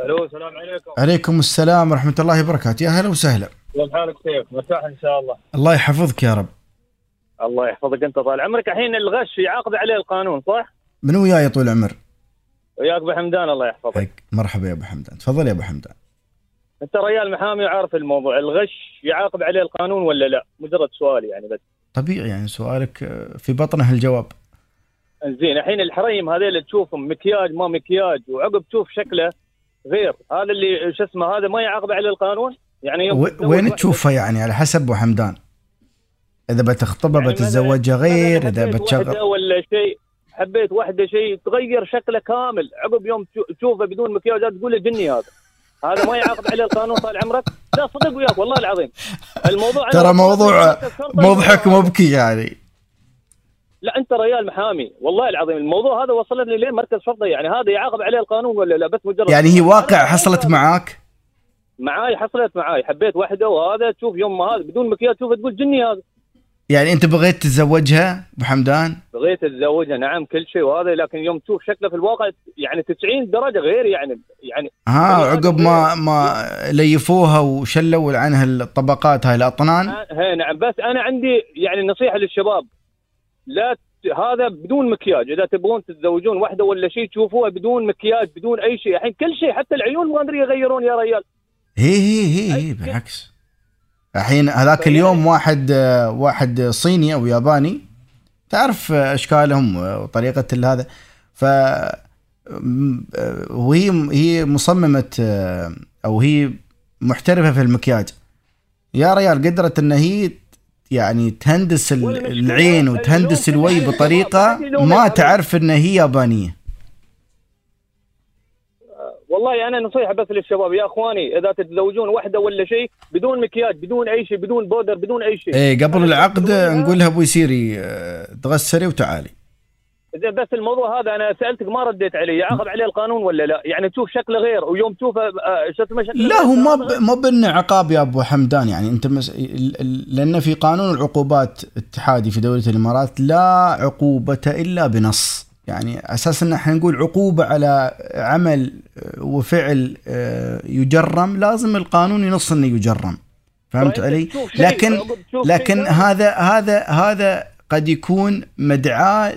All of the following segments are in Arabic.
الو، السلام عليكم. عليكم السلام ورحمة الله وبركاته. يا هلا وسهلا. كيف حالك سيف؟ مرتاح ان شاء الله. الله يحفظك يا رب. الله يحفظك، انت طال عمرك. الحين الغش يعاقب عليه القانون صح؟ من وياي طول العمر؟ وياك ابو حمدان الله يحفظك. مرحبا يا ابو حمدان، تفضل يا ابو حمدان. انت ريال محامي وعارف الموضوع، الغش يعاقب عليه القانون ولا لا؟ مجرد سؤال يعني بس. طبيعي يعني سؤالك في بطنه الجواب. زين، الحين الحريم هذول اللي تشوفهم مكياج ما مكياج وعقب تشوف شكله غير، هذا اللي شو اسمه هذا ما يعاقب عليه القانون؟ يعني وين تشوفها يعني؟ على حسب ابو حمدان، اذا بتخطبها يعني بتتزوجها غير، اذا بتشغل ولا شيء، حبيت واحده شيء تغير شكله كامل، عقب يوم تشوفه بدون مكياجات تقول له جني، هذا ما يعاقب عليه القانون طال عمرك؟ لا صدق وياك والله العظيم الموضوع ترى موضوع مضحك مبكي يعني. لا انت ريال محامي والله العظيم، الموضوع هذا وصلني لين مركز شرطه، يعني هذا يعاقب عليه القانون ولا لا؟ بس مجرد يعني هي واقع حصلت معاك؟ معاي حصلت معاي، حبيت واحده وهذا تشوف يوم ما هذا بدون مكياج تشوفه تقول جني هذا. يعني انت بغيت تتزوجها ابو حمدان؟ بغيت اتزوجها نعم كل شيء وهذا، لكن يوم تشوف شكله في الواقع يعني 90 درجه غير يعني عقب ما ليفوها وشلوا عنها الطبقات هاي الاطنان. هي نعم، بس انا عندي يعني نصيحه للشباب، لا هذا بدون مكياج، اذا تبغون تتزوجون واحده ولا شيء تشوفوها بدون مكياج بدون اي شيء. الحين كل شيء حتى العيون ما ادري يغيرون يا ريال. هي بالعكس. الحين هذاك اليوم واحد صيني او ياباني، تعرف اشكالهم وطريقه هذا، ف وهي مصممه او هي محترفه في المكياج يا ريال، قدرت ان هي يعني تهندس العين وتهندس الوجه بطريقه ما تعرف ان هي يابانيه. والله انا نصيحه بس للشباب يا اخواني، اذا تتزوجون واحده ولا شيء بدون مكياج بدون اي شيء بدون بودر بدون اي شيء، ايه قبل العقد نقولها ابو يسيري تغسلي وتعالي. بس الموضوع هذا انا سالتك ما رديت علي، يعاقب عليه القانون ولا لا؟ يعني تشوف شكله غير ويوم تشوفه شكله لا هو ما بيننا عقاب يا ابو حمدان، يعني انت لان في قانون العقوبات الاتحادي في دوله الامارات لا عقوبه الا بنص، يعني اساسا احنا نقول عقوبه على عمل وفعل يجرم لازم القانون ينص انه يجرم، فهمت علي؟ لكن هذا قد يكون مدعاة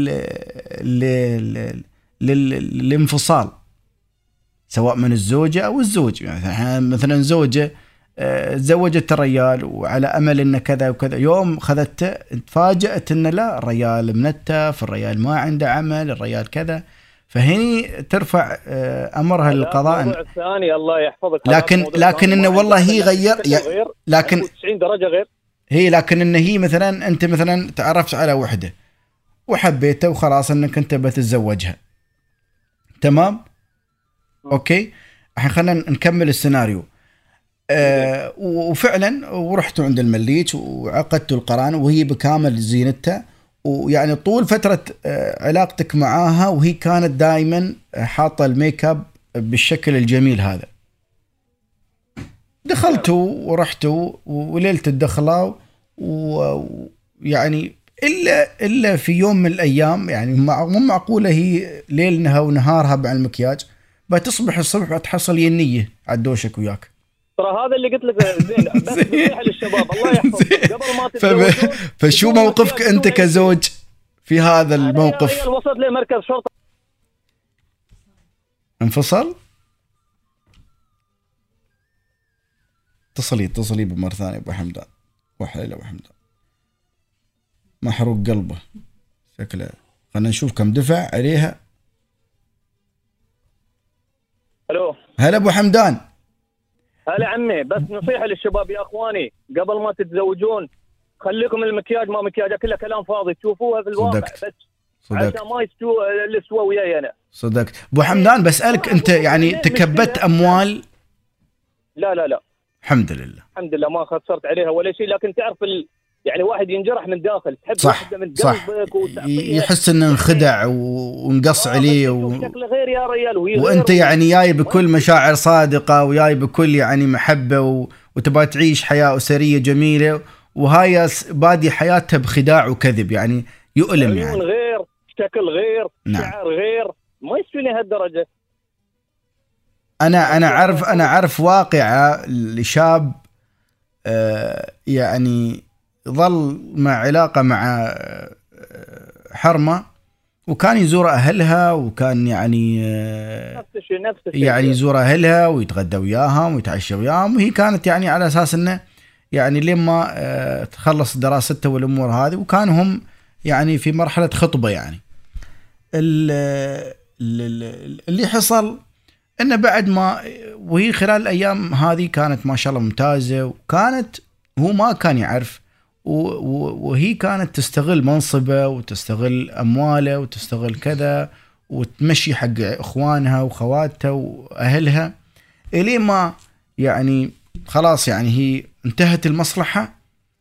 للانفصال سواء من الزوجة أو الزوج. يعني مثلا زوجة تزوجت الرجال وعلى أمل إن كذا وكذا، يوم خذته تفاجأت إن لا، الرجال منتف، الرجال ما عنده عمل، الرجال كذا، فهني ترفع أمرها للقضاء. الموضوع الثاني الله يحفظك، لكن إنه والله هي غير، لكن 90 درجة غير. هي لكن إن هي مثلا أنت مثلا تعرفت على وحدة وحبيتها وخلاص إنك أنت بتتزوجها، تمام؟ أوكي، الحين خلينا نكمل السيناريو. وفعلا ورحتوا عند المليك وعقدتوا القران وهي بكامل زينتها، ويعني طول فترة علاقتك معاها وهي كانت دائما حاطة الميك اب بالشكل الجميل هذا. دخلتوا ورحتوا وليلة الدخلة، ويعني إلا في يوم من الأيام، يعني مو معقولة هي ليلها ونهارها مع المكياج، بتصبح الصبح بتحصل ينية عالدوشك وياك. ترى هذا اللي قلت لك زين، بس نصيحة للشباب الله يحفظك قبل ما تتزوجون. فشو موقفك أنت كزوج في هذا الموقف؟ وصلت لمركز شرطة انفصل. اتصلي بمرة ثانية ابو حمدان، وحيل ابو حمدان محروق قلبه شكله، خلنا نشوف كم دفع عليها. الو، هلا ابو حمدان. هلا عمي، بس نصيحة للشباب يا اخواني، قبل ما تتزوجون خليكم المكياج ما مكياج كله كلام فاضي، تشوفوها في الواقع بس عشان ما يستوى الاسوى وياي انا. صدقت ابو حمدان، بسألك انت يعني تكبت اموال؟ لا الحمد لله ما خسرت عليها ولا شيء، لكن تعرف يعني واحد ينجرح من داخل، تحب واحده من قلبك يحس انه انخدع ونقص عليه شكله غير يا ريال، وانت يعني جاي بكل مشاعر صادقه وجاي بكل يعني محبه وتبغى تعيش حياه اسريه جميله، وهاي بادي حياتها بخداع وكذب، يعني يؤلم يعني غير شكل غير نعم. شعر غير، ما يستوي لهالدرجه. انا اعرف واقعة لشاب يعني ظل مع علاقة مع حرمة، وكان يزور اهلها، وكان يعني نفس الشيء يعني يزور اهلها ويتغدى وياهم ويتعشى وياهم، وهي كانت يعني على اساس انه يعني لما تخلص دراسته والامور هذه، وكانوا هم يعني في مرحلة خطبة. يعني اللي حصل انه بعد ما، وهي خلال الايام هذه كانت ما شاء الله ممتازة، وكانت هو ما كان يعرف، وهي كانت تستغل منصبه وتستغل امواله وتستغل كذا، وتمشي حق اخوانها وخواتها واهلها، الى ما يعني خلاص يعني هي انتهت المصلحة.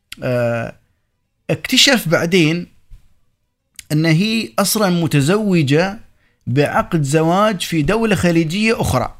اكتشف بعدين ان هي اصلا متزوجة بعقد زواج في دولة خليجية اخرى.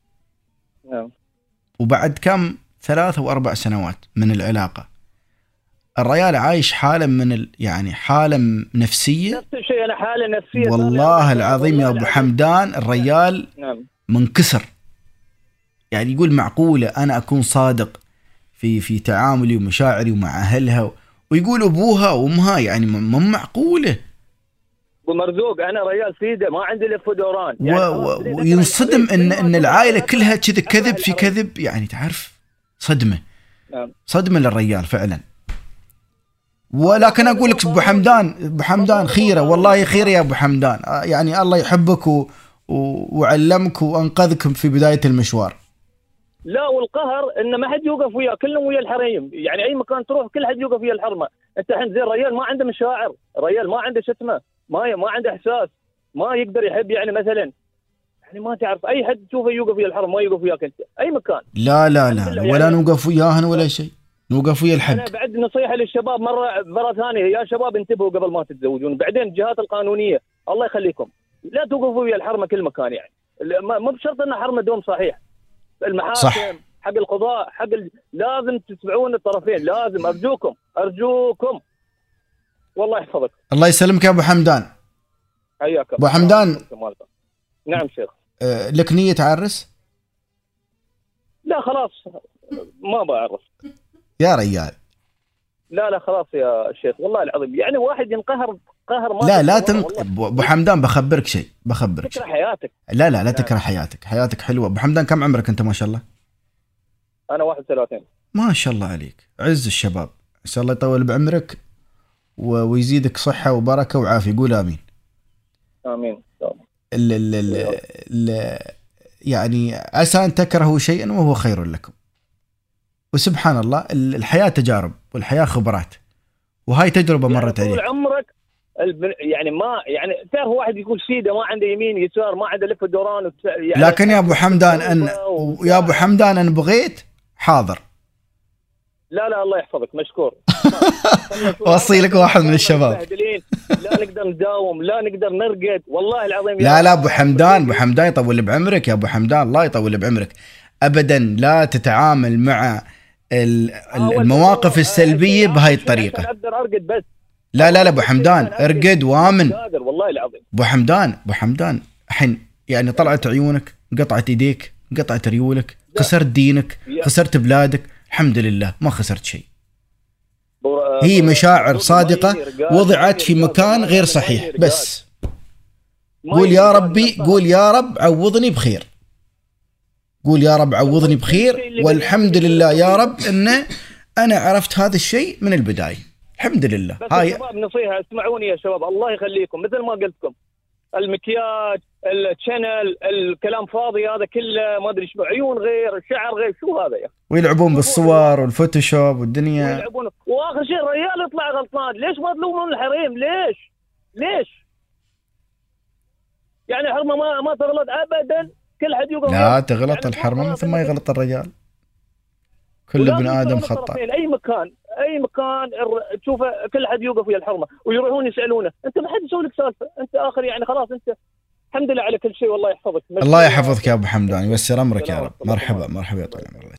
وبعد كم 3 أو 4 سنوات من العلاقة، الرجال عايش حالة من يعني حالة نفسية. نفس الشيء، أنا حالة نفسية والله العظيم يا أبو حمدان، الرجال منكسر. يعني يقول معقولة أنا أكون صادق في تعاملي ومشاعري ومع أهلها، ويقول أبوها وأمها يعني ما معقولة. ومرزوق أنا رجال سيدة ما عندي لف ودوران يعني وينصدم إن العائلة كلها كذا كذب في كذب، يعني تعرف صدمة للرجال فعلا. ولكن أقول لك أبو حمدان خيرة، والله خيرة يا أبو حمدان، يعني الله يحبك وعلمك وأنقذك في بداية المشوار. لا والقهر إن ما حد يوقف وياه، كلهم ويا الحريم، يعني أي مكان تروح كل حد يوقف ويا الحرمة. أنت الحين زي الرجال ما عنده مشاعر، الرجال ما عنده شتمة، ما عنده إحساس، ما يقدر يحب يعني مثلا، يعني ما تعرف أي حد تشوفه يوقف ويا الحرم ما يوقف وياك أنت أي مكان. لا ولا يعني نوقف وياهن ولا شيء، نوقف ويا الحد. أنا بعد نصيحة للشباب مرة ثانية، يا شباب انتبهوا قبل ما تتزوجون. بعدين الجهات القانونية الله يخليكم لا توقفوا ويا الحرمة كل مكان، يعني مو بشرط أن حرمة دوم صحيح، المحاكم صح. حق القضاء لازم تسمعون الطرفين، لازم أرجوكم والله يحفظك. الله يسلمك يا أبو حمدان. حياك أبو حمدان. نعم شيخ. لك نية تعرس؟ لا خلاص ما بعرف يا رجال. لا خلاص يا شيخ والله العظيم، يعني واحد ينقهر قهر ما لا أبو حمدان بخبرك شيء، تكره حياتك. لا تكره حياتك حلوة. أبو حمدان كم عمرك أنت ما شاء الله؟ أنا 31. ما شاء الله عليك، عز الشباب، إن شاء الله يطول بعمرك ويزيدك صحة وبركة وعافية. قول آمين. آمين. يعني عسى أن تكرهوا شيئا وهو خير لكم، وسبحان الله الحياة تجارب والحياة خبرات، وهاي تجربة مرت عليك. طول عمرك يعني ما يعني تعرف واحد يقول سيدة ما عنده يمين يسار، ما عنده لف الدوران يعني. لكن يا أبو حمدان أن بغيت حاضر. لا الله يحفظك مشكور. وصي لك واحد من الشباب. لا نقدر نداوم، لا نقدر نرقد والله العظيم. لا أبو حمدان يطول بعمرك يا أبو حمدان، الله يطول بعمرك. أبدا لا تتعامل مع المواقف السلبية بهاي الطريقة. أقدر أرقد بس. لا أبو حمدان ارقد وامن. والله العظيم أبو حمدان الحين يعني طلعت عيونك، قطعت ايديك، قطعت ريولك، خسرت دينك، خسرت بلادك، الحمد لله ما خسرت شيء. هي مشاعر صادقة وضعت في مكان غير صحيح. بس قول يا رب عوضني بخير، قول يا رب عوضني بخير، والحمد لله يا رب ان انا عرفت هذا الشيء من البداية، الحمد لله. هاي شباب نصيحة، اسمعوني يا شباب الله يخليكم، مثل ما قلت لكم المكياج، الشانل، الكلام فاضي هذا كله، ما ادري شو، عيون غير، الشعر غير، شو هذا يا ويلعبون بالصور والفوتوشوب والدنيا، ويلعبون. واخر شيء الرجال يطلع غلطان. ليش ما تلومون الحريم؟ ليش يعني الحرمة ما تغلط ابدا، كل حد يقول لا تغلط يعني الحرمة مثل ما يغلط الرجال، كل ابن ادم خطأ. اي مكان تشوفه كل حد يوقف ويا الحرمه ويروحون يسالونه، انت ما حد يسوي لك سالفه، انت اخر يعني خلاص انت الحمد لله على كل شيء والله يحفظك. الله يحفظك يا ابو حمدان، يوسر امرك يا رب. مرحبا يا طويل العمر.